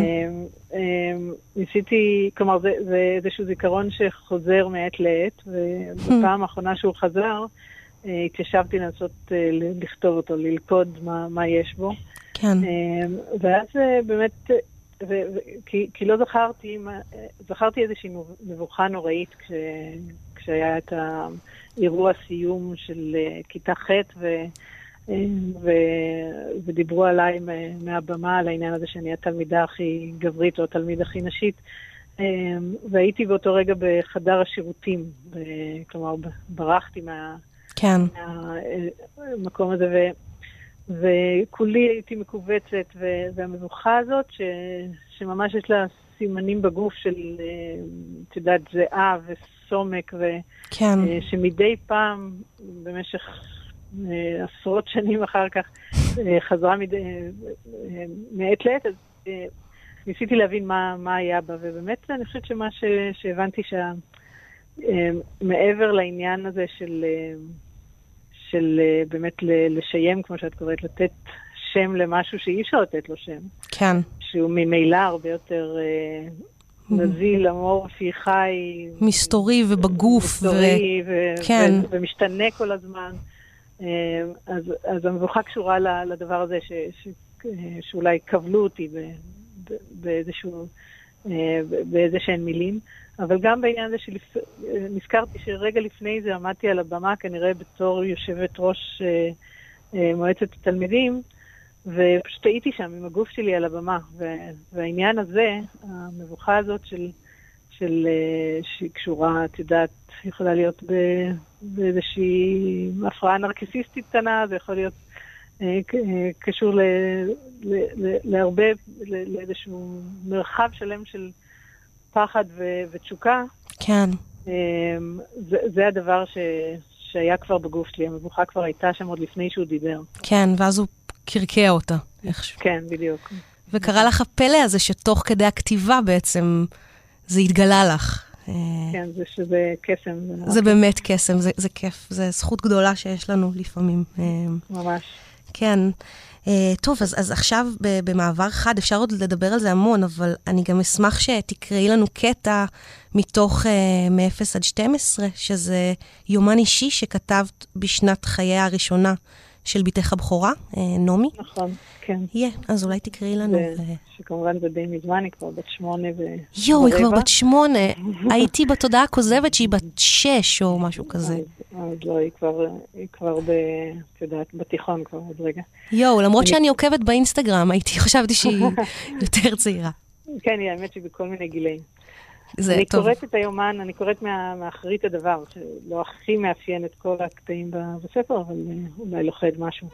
ניסיתי, כלומר זה איזשהו זיכרון שחוזר מעת לעת, ובפעם האחרונה שהוא חזר, התיישבתי לנסות לכתוב אותו, ללכוד מה יש בו. כן. ואז באמת, כי לא זכרתי איזושהי מבוכה נוראית כשהיה את האירוע סיום של כיתה ח' ודיברו עליי מהבמה על העניין הזה שאני התלמידה הכי גברית או התלמיד הכי נשית. והייתי באותו רגע בחדר השירותים, כלומר ברחתי מהמקום הזה, וכולי הייתי מקובצת, והמבוכה הזאת, שממש יש לה סימנים בגוף של, תדעת, זהה וסומק, שמדי פעם, במשך עשרות שנים אחר כך, חזרה מעת לעת, אז ניסיתי להבין מה היה בה, ובאמת אני חושבת שמה שהבנתי מעבר לעניין הזה של באמת לשיים, כמו שאת קוראת, לתת שם למשהו שאי אפשר לתת לו שם. כן. שהוא ממילא הרבה יותר נזיל, אמורפי, חי. מסתורי ובגוף. מסתורי ומשתנה כל הזמן. אז המבוכה קשורה לדבר הזה שאולי קבלו אותי באיזשהן מילים. אבל גם בעניין הזה שנזכרתי שרגע לפני זה עמדתי על הבמה, כנראה בתור יושבת ראש מועצת התלמידים, ופשוט הייתי שם עם הגוף שלי על הבמה. והעניין הזה, המבוכה הזאת שהיא קשורה, את יודעת, יכולה להיות באיזושהי הפרעה נרקיסיסטית קטנה, זה יכול להיות קשור להרבה, לאיזשהו מרחב שלם של פחד ותשוקה. כן. זה הדבר שהיה כבר בגוף שלי, המבוכה כבר הייתה שם עוד לפני שהוא דיבר. כן, ואז הוא קרקע אותה. כן, בדיוק. וקרא לך הפלא הזה שתוך כדי הכתיבה בעצם זה התגלה לך. כן, שזה קסם. זה באמת קסם, זה כיף. זה זכות גדולה שיש לנו לפעמים. ממש. כן. טוב, אז עכשיו במעבר חד אפשר עוד לדבר על זה המון, אבל אני גם אשמח שתקראי לנו קטע מתוך מ-0 עד 12, שזה יומן אישי שכתבת בשנת חייה הראשונה של ביתך הבכורה, נעמי. נכון, כן. אז אולי תקראי לנו. שכמובן זה די מזמן, היא כבר בת 8 יואו, היא כבר בת 8. הייתי בתודעה הכוזבת שהיא בת 6 או משהו כזה. אז לא, היא כבר בתיכון כבר עוד רגע. יואו, למרות שאני עוקבת באינסטגרם, חשבתי שהיא יותר צעירה. כן, האמת שהיא בכל מיני גילאים. אני קוראת את היומן, אני קוראת מאחרית הדבר, שלא הכי מאפיין את כל הקטעים בספר, אבל אולי לוחד משהו.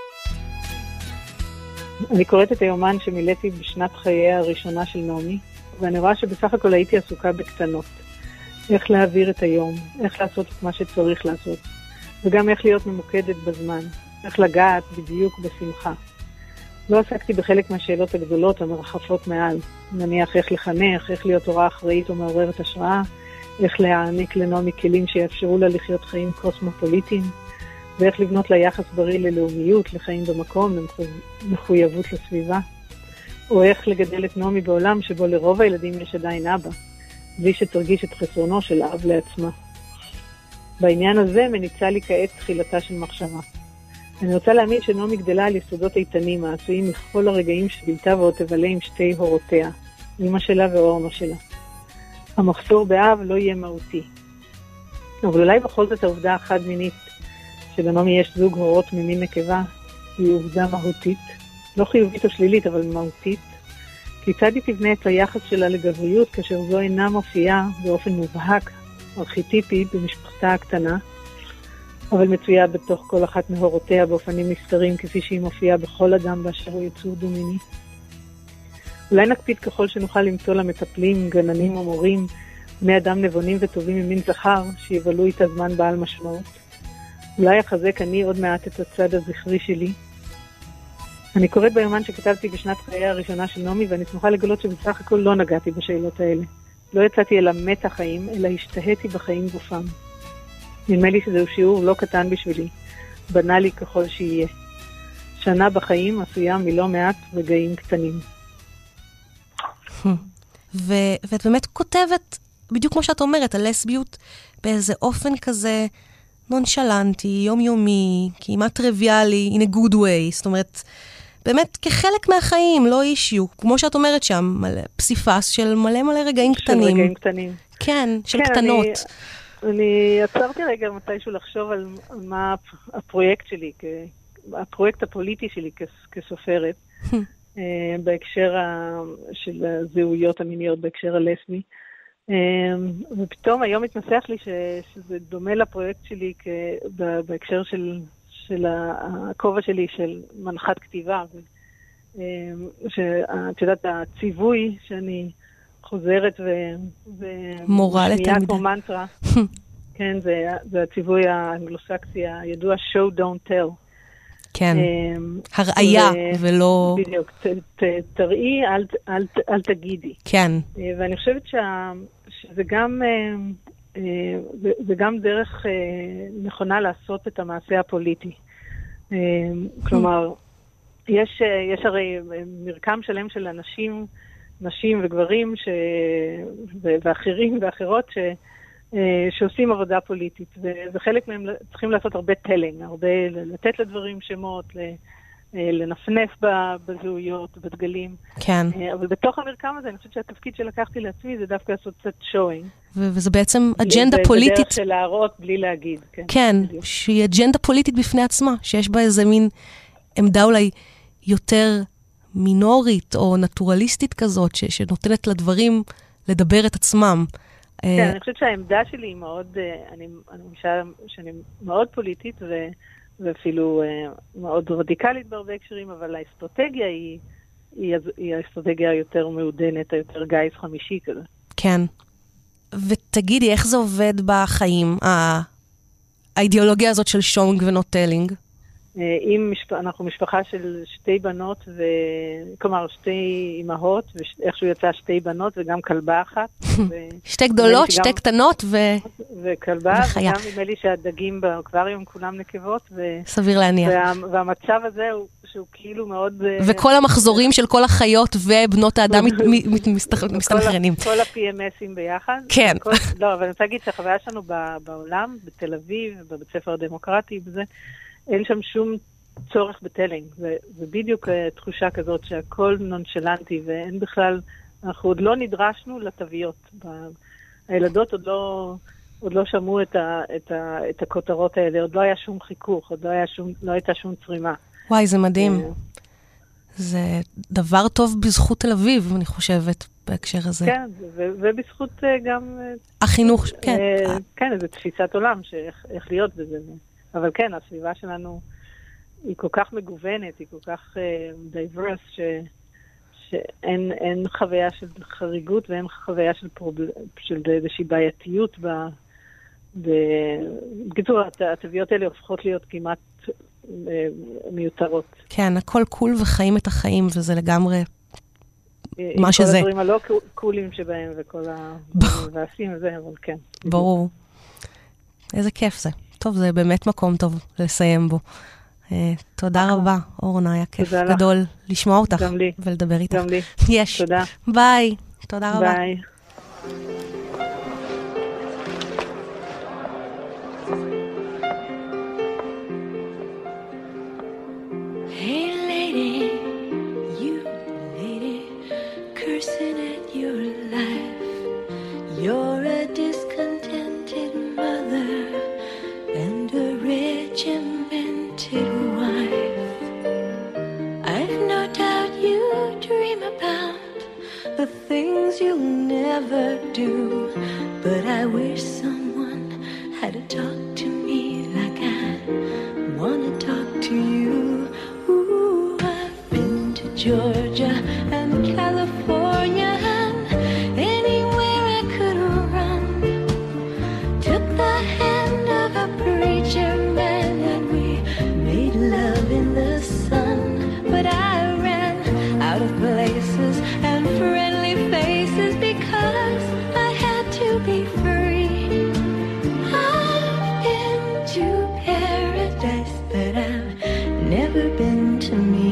אני קוראת את היומן שמילאתי בשנת חייה הראשונה של נעמי, ואני רואה שבסך הכל הייתי עסוקה בקטנות. איך להעביר את היום, איך לעשות את מה שצריך לעשות, וגם איך להיות ממוקדת בזמן, איך לגעת בדיוק בשמחה. לא עסקתי בחלק מהשאלות הגדולות המרחפות מעל, נניח איך לחנך, איך להיות הוראה אחראית או מעוררת השראה, איך להעניק לנעמי כלים שיאפשרו לה לחיות חיים קוסמופוליטיים, ואיך לבנות לה יחס בריא ללאומיות, לחיים במקום, למחויבות לסביבה, או איך לגדל את נעמי בעולם שבו לרוב הילדים יש עדיין אבא, בלי שתרגיש את חסרונו של אב לעצמה. בעניין הזה מניצה לי כעת תחילתה של מחשבה. אני רוצה להאמין שנעמי גדלה על יסודות איתנים, העשויים מכל הרגעים שבילתה ועוד תבלה עם שתי הורותיה, אמא שלה ואורנו שלה. המחסור באב לא יהיה מהותי. אבל אולי בכל זאת העובדה החד מינית, שלנעמי יש זוג הורות ממין נקבה, היא עובדה מהותית, לא חיובית או שלילית, אבל מהותית. כיצד היא תבנה את היחס שלה לגבריות, כאשר זו אינה מופיעה באופן מובהק, ארכיטיפי, במשפחתה הקטנה, אבל מצויה בתוך כל אחת מהורותיה באופנים נסתרים, כפי שהיא מופיעה בכל אדם באשר הוא יצור דומיני. אולי נקפיד ככל שנוכל למצוא למטפלים, גננים או מורים, בני אדם נבונים וטובים ממין זכר, שיבלו איתה זמן בעל משמעות. אולי אחזק אני עוד מעט את הצד הזכרי שלי. אני קוראת ביומן שכתבתי בשנת חיי הראשונה של נעמי, ואני שמחה לגלות שבסך הכל לא נגעתי בשאלות האלה. לא יצאתי אל המת החיים, אלא השתהיתי בחיים גופם. נדמה לי שזהו שיעור לא קטן בשבילי, בנאלי ככל שיהיה. שנה בחיים עשויה מלא מעט רגעים קטנים. ואת באמת כותבת, בדיוק כמו שאת אומרת, על לסביות באיזה אופן כזה נונשלנטי, יומיומי, כמעט טריוויאלי, in a good way. זאת אומרת, באמת כחלק מהחיים, לא אישיו. כמו שאת אומרת שם, פסיפס של מלא רגעים קטנים. של רגעים קטנים. כן, של קטנות. אני עצרתי רגע מתישהו לחשוב על מה הפרויקט שלי, הפרויקט הפוליטי שלי כסופרת, בהקשר של הזהויות המיניות, בהקשר הלסבי. ופתאום היום התנסח לי שזה דומה לפרויקט שלי בהקשר של הכובע שלי של מנחת כתיבה. שאת יודעת, הציווי שאני חוזרת ומשמיעה כמו מנטרה. כן, זה הציווי האנגלוסקסי הידוע, show don't tell. כן, הראיה ולא... בדיוק, תראי, אל תגידי. כן. ואני חושבת שזה גם דרך נכונה לעשות את המעשה הפוליטי. כלומר, יש הרי מרקם שלם של אנשים, נשים וגברים ואחרים ואחרות שעושים עבודה פוליטית, וחלק מהם צריכים לעשות הרבה טלינג, הרבה לתת לדברים שמות, לנפנף בזהויות, בדגלים. כן. אבל בתוך המרקם הזה, אני חושבת שהתפקיד שלקחתי לעצמי זה דווקא לעשות קצת שואינג. וזה בעצם אג'נדה פוליטית. בדרך של להראות בלי להגיד. כן, שהיא אג'נדה פוליטית בפני עצמה, שיש בה איזה מין עמדה אולי יותר מינורית או נטורליסטית כזאת, שנותנת לדברים לדבר את עצמם. כן, אני חושבת שהעמדה שלי היא מאוד, אני חושבת שאני מאוד פוליטית ואפילו מאוד רדיקלית בהרבה הקשרים, אבל האסטרטגיה היא האסטרטגיה היותר מעודנת, היותר גיס חמישי כזה. כן. ותגידי, איך זה עובד בחיים, האידיאולוגיה הזאת של שונג ונוטלינג? אנחנו משפחה של שתי בנות, כלומר שתי אמהות, ואיכשהו יצא שתי בנות וגם כלבה אחת. שתי גדולות, שתי קטנות וכלבה, וגם נדמה לי שהדגים באקווריום כולם נקבות. סביר להניח. והמצב הזה הוא שהוא כאילו מאוד... וכל המחזורים של כל החיות ובנות האדם מסתנכרנים. כל ה-PMSים ביחד. כן. לא, אבל אני רוצה להגיד שהחוויה שלנו בעולם, בתל אביב, בבית ספר הדמוקרטי, אין שם שום צורך בטלינג. זה בדיוק תחושה כזאת שהכל נונשלנטי, ואין בכלל, אנחנו עוד לא נדרשנו לתוויות. הילדות עוד לא שמעו את הכותרות האלה, עוד לא היה שום חיכוך, עוד לא הייתה שום צרימה. וואי, זה מדהים. זה דבר טוב בזכות תל אביב, אני חושבת, בהקשר הזה. כן, ובזכות גם... החינוך, כן. כן, זו תפיסת עולם, שאיך להיות בזה. אבל כן, הסביבה שלנו היא כל כך מגוונת, היא כל כך diverse, שאין חוויה של חריגות ואין חוויה של איזושהי בעייתיות. בקיצור, התוויות האלה הופכות להיות כמעט מיותרות. כן, הכל קול וחיים את החיים, וזה לגמרי מה שזה. כל הדברים הלא קולים שבהם וכל המבאסים וזה, אבל כן. ברור. איזה כיף זה. טוב, זה באמת מקום טוב לסיים בו. תודה רבה, אורנה, היה כיף גדול לשמוע אותך ולדבר איתך. גם לי. יש. תודה. ביי. תודה רבה. ביי. You're a discontented mother and a regimented wife. I've no doubt you dream about the things you'll never do, but I wish someone had to talk to me like I wanna talk to you. Ooh, I've been to Georgia and California and anywhere I could run. Took the hand of a preacher man and we made love in the sun. But I ran out of places and friendly faces because I had to be free. I've been to paradise, but I've never been to me.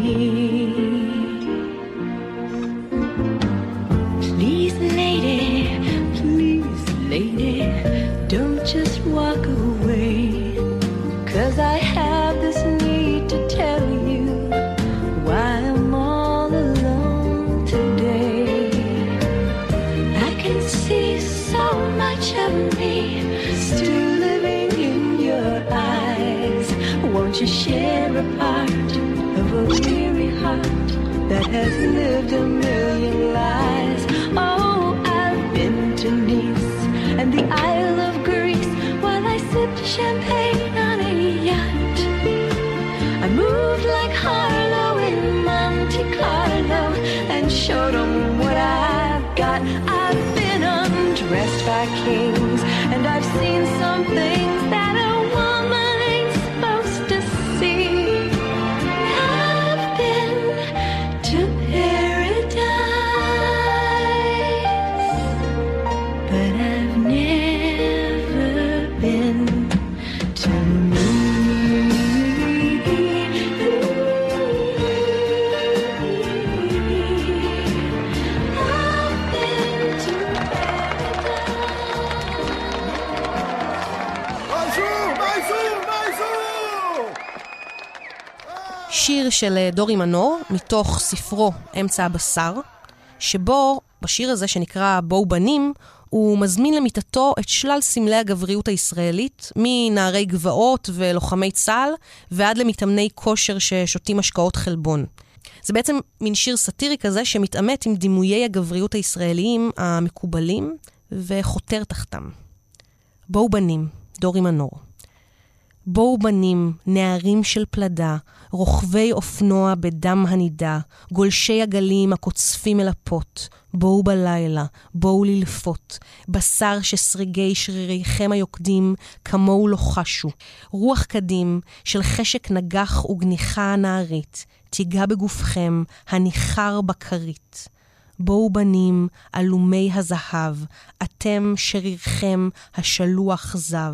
Lady, don't just walk away, 'cause I have this need to tell you why I'm all alone today. I can see so much of me still living in your eyes. Won't you share a part of a weary heart that has lived a million lives? Oh, I've been to Nice and the Isle of Greece while I sipped champagne on a yacht. I moved like Harlow in Monte Carlo and showed them what I've got. I've been undressed by kings and I've seen some things that a woman ain't supposed to see. I've been to paradise, but I've never been to me. I've been to שיר של דורי מנור, מתוך ספרו אמצע הבשר, שבו, בשיר הזה שנקרא בואו בנים, הוא מזמין למיטתו את שלל סמלי הגבריות הישראלית, מנערי גבעות ולוחמי צה"ל, ועד למתאמני כושר ששותים משקאות חלבון. זה בעצם מין שיר סטירי כזה שמתאמת עם דימויי הגבריות הישראליים המקובלים, וחותר תחתם. בואו בנים, דורי מנור. בואו בנים, נערים של פלדה, רוכבי אופנוע בדם הנידה, גולשי הגלים הקוצפים אל הפות, בואו בלילה, בואו ללפות, בשר ששריגי שריריכם היוקדים כמוהו לא חשו, רוח קדים של חשק נגח וגניחה נערית, תיגע בגופכם הניחר בקרית. בואו בנים, אלומי הזהב, אתם שרירכם השלוח זב.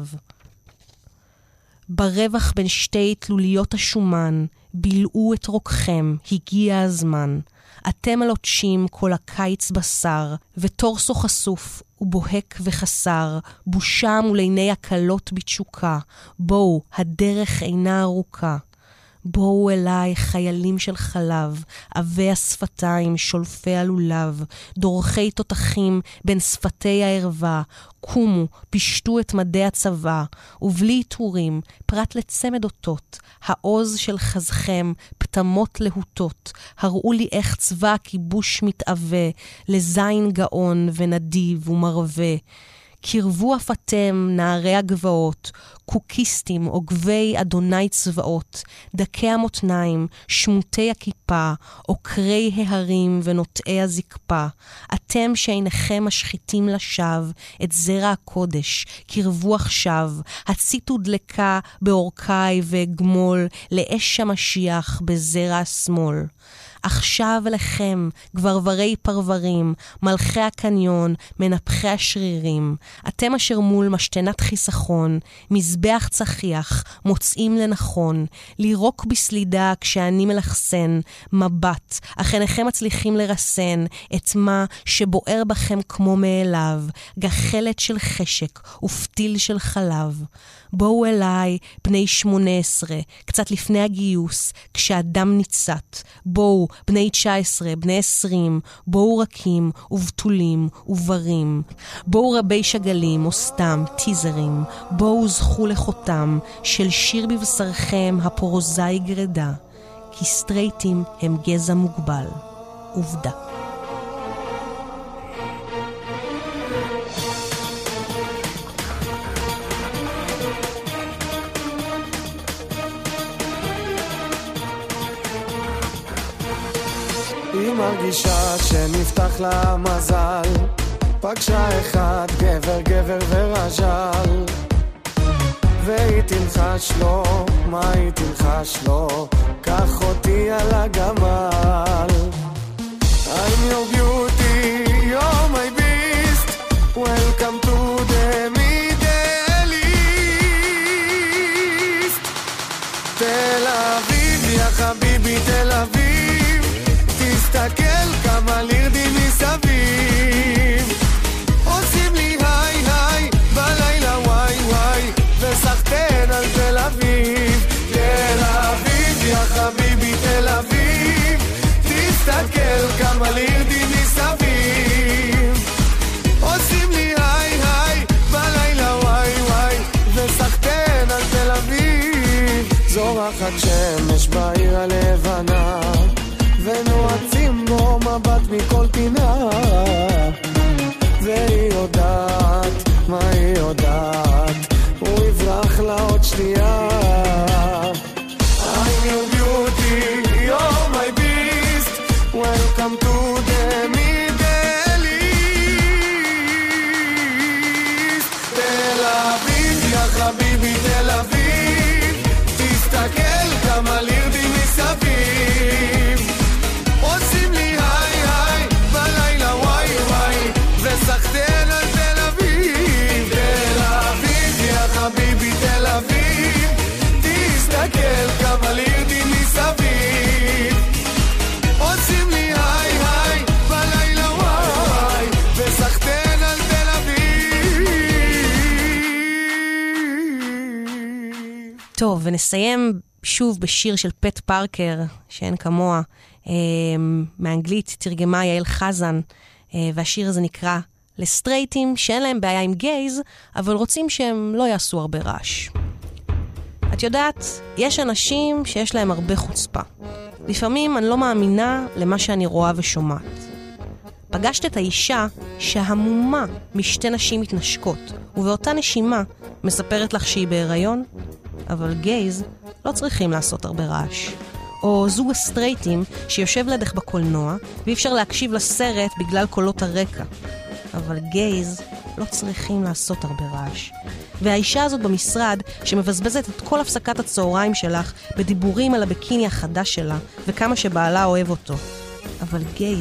ברווח בין שתי תלוליות השומן, בילעו את רוקכם, הגיע הזמן. אתם הלוטשים כל הקיץ בשר, וטורסו חשוף ובוהק וחסר, בושה מול עיני הקלות בתשוקה. בואו, הדרך אינה ארוכה. בואו אליי חיילים של חלב, עבי השפתיים, שולפי הלולב, דורכי תותחים בין שפתי הערווה, קומו, פשטו את מדי הצבא, ובלי עיטורים, פרט לצמד אותות, העוז של חזכם, פתמות להוטות, הראו לי איך צבא הכיבוש מתאווה, לזין גאון ונדיב ומרווה. קרבו אף אתם, נערי הגבעות, קוקיסטים, עוגבי אדוני צבאות, דקי המותניים, שמותי הכיפה, עוקרי ההרים ונוטעי הזקפה. אתם שעיניכם משחיתים לשווא, את זרע הקודש, קרבו עכשיו, הציתו דלקה באורקאי וגמול, לאש המשיח בזרע השמאל. עכשיו לכם, גברברי פרברים, מלכי הקניון, מנפחי השרירים. אתם אשר מול משתנת חיסכון, מזבח צחיח, מוצאים לנכון, לירוק בסלידה כשאני מלחסן, מבט, אך עיניכם מצליחים לרסן, את מה שבוער בכם כמו מאליו, גחלת של חשק ופתיל של חלב. בואו אליי, בני 18, קצת לפני הגיוס, כשאדם ניצת. בואו, בני 19, בני 20, בואו רכים ובתולים וברים. בואו רבי שגלים או סתם טיזרים. בואו זכו לחותם של שיר בבשרכם הפורוזאי גרדה. כי סטרייטים הם גזע מוגבל. עובדה. היא מרגישה שנפתח לה מזל, פגשה אחד גבר גבר ורז'ל, והיא תלחש לו, מה היא תלחש לו? קח אותי על הגמל. I'm your beauty, you're my beast, welcome to the Middle East. תל אביב, יא חביבי תל אביב, תסתכל כמה לירדים מסביב, עושים לי היי היי בלילה וואי וואי, וסחטן על תל אביב. תל אביב יא חביבי תל אביב, תסתכל כמה לירדים מסביב, עושים לי היי היי בלילה וואי וואי, וסחטן על תל אביב. זורחת שמש בעיר הלבנה, ונועצים בו מבט מכל פינה, והיא יודעת, מה היא יודעת, הוא יברח לה עוד שנייה. I'm your beauty, you're my beast, welcome to the Middle East. תל אביב, יא חביבי תל אביב, תסתכל כמה לירדים מסביב, עושים לי היי היי בלילה וואי וואי, וסחטן על תל אביב. תל אביב יא חביבי תל אביב, תסתכל כמה לירדים מסביב, עושים לי היי היי בלילה וואי וואי, וסחטן על תל אביב. טוב, ונסיים שוב בשיר של פט פארקר, שאין כמוה, מאנגלית תרגמה יעל חזן, והשיר הזה נקרא לסטרייטים שאין להם בעיה עם גייז, אבל רוצים שהם לא יעשו הרבה רעש. את יודעת, יש אנשים שיש להם הרבה חוצפה. לפעמים אני לא מאמינה למה שאני רואה ושומעת. פגשת את האישה שהמומה משתי נשים מתנשקות, ובאותה נשימה מספרת לך שהיא בהיריון, אבל גייז לא צריכים לעשות הרבה רעש. או זוג הסטרייטים שיושב לידך בקולנוע ואי אפשר להקשיב לסרט בגלל קולות הרקע. אבל גייז לא צריכים לעשות הרבה רעש. והאישה הזאת במשרד שמבזבזת את כל הפסקת הצהריים שלך בדיבורים על הביקיני החדש שלה וכמה שבעלה אוהב אותו. אבל גייז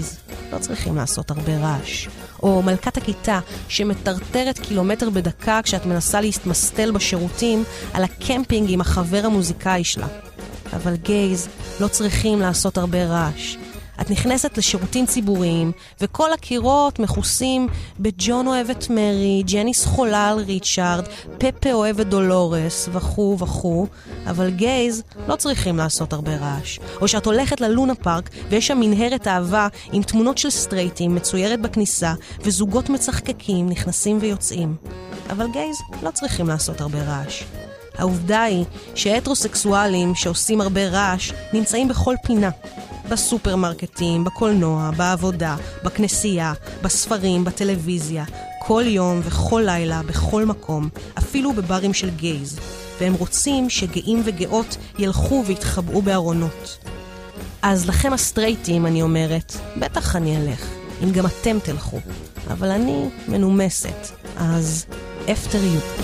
לא צריכים לעשות הרבה רעש. או מלכת הכיתה שמטרטרת קילומטר בדקה כשאת מנסה להסתמסטל בשירותים על הקמפינג עם החבר המוזיקאי שלה. אבל גייז לא צריכים לעשות הרבה רעש. את נכנסת לשירותים ציבוריים, וכל הקירות מכוסים בג'ון אוהב את מרי, ג'ניס חולה על ריצ'ארד, פפה אוהב את דולורס, וכו וכו, אבל גייז לא צריכים לעשות הרבה רעש. או שאת הולכת ללונה פארק, ויש שם מנהרת אהבה עם תמונות של סטרייטים מצוירת בכניסה, וזוגות מצחקקים נכנסים ויוצאים. אבל גייז לא צריכים לעשות הרבה רעש. העובדה היא שהטרוסקסואלים שעושים הרבה רעש נמצאים בכל פינה. בסופרמרקטים, בקולנוע, בעבודה, בכנסייה, בספרים, בטלוויזיה, כל יום וכל לילה, בכל מקום, אפילו בברים של גייז. והם רוצים שגאים וגאות ילכו ויתחבאו בארונות. אז לכם הסטרייטים, אני אומרת, בטח אני אלך, אם גם אתם תלכו. אבל אני מנומסת, אז after you.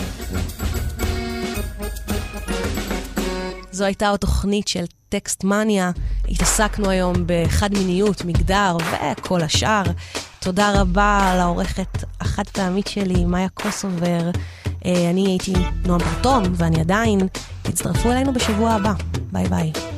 זו הייתה עוד תוכנית של טקסט מניה. התעסקנו היום בחד מיניות, מגדר וכל השאר. תודה רבה לעורכת החד פעמית שלי, מאיה קוסובר. אני הייתי נועם פרטום, ואני עדיין. תצטרפו אלינו בשבוע הבא. ביי ביי.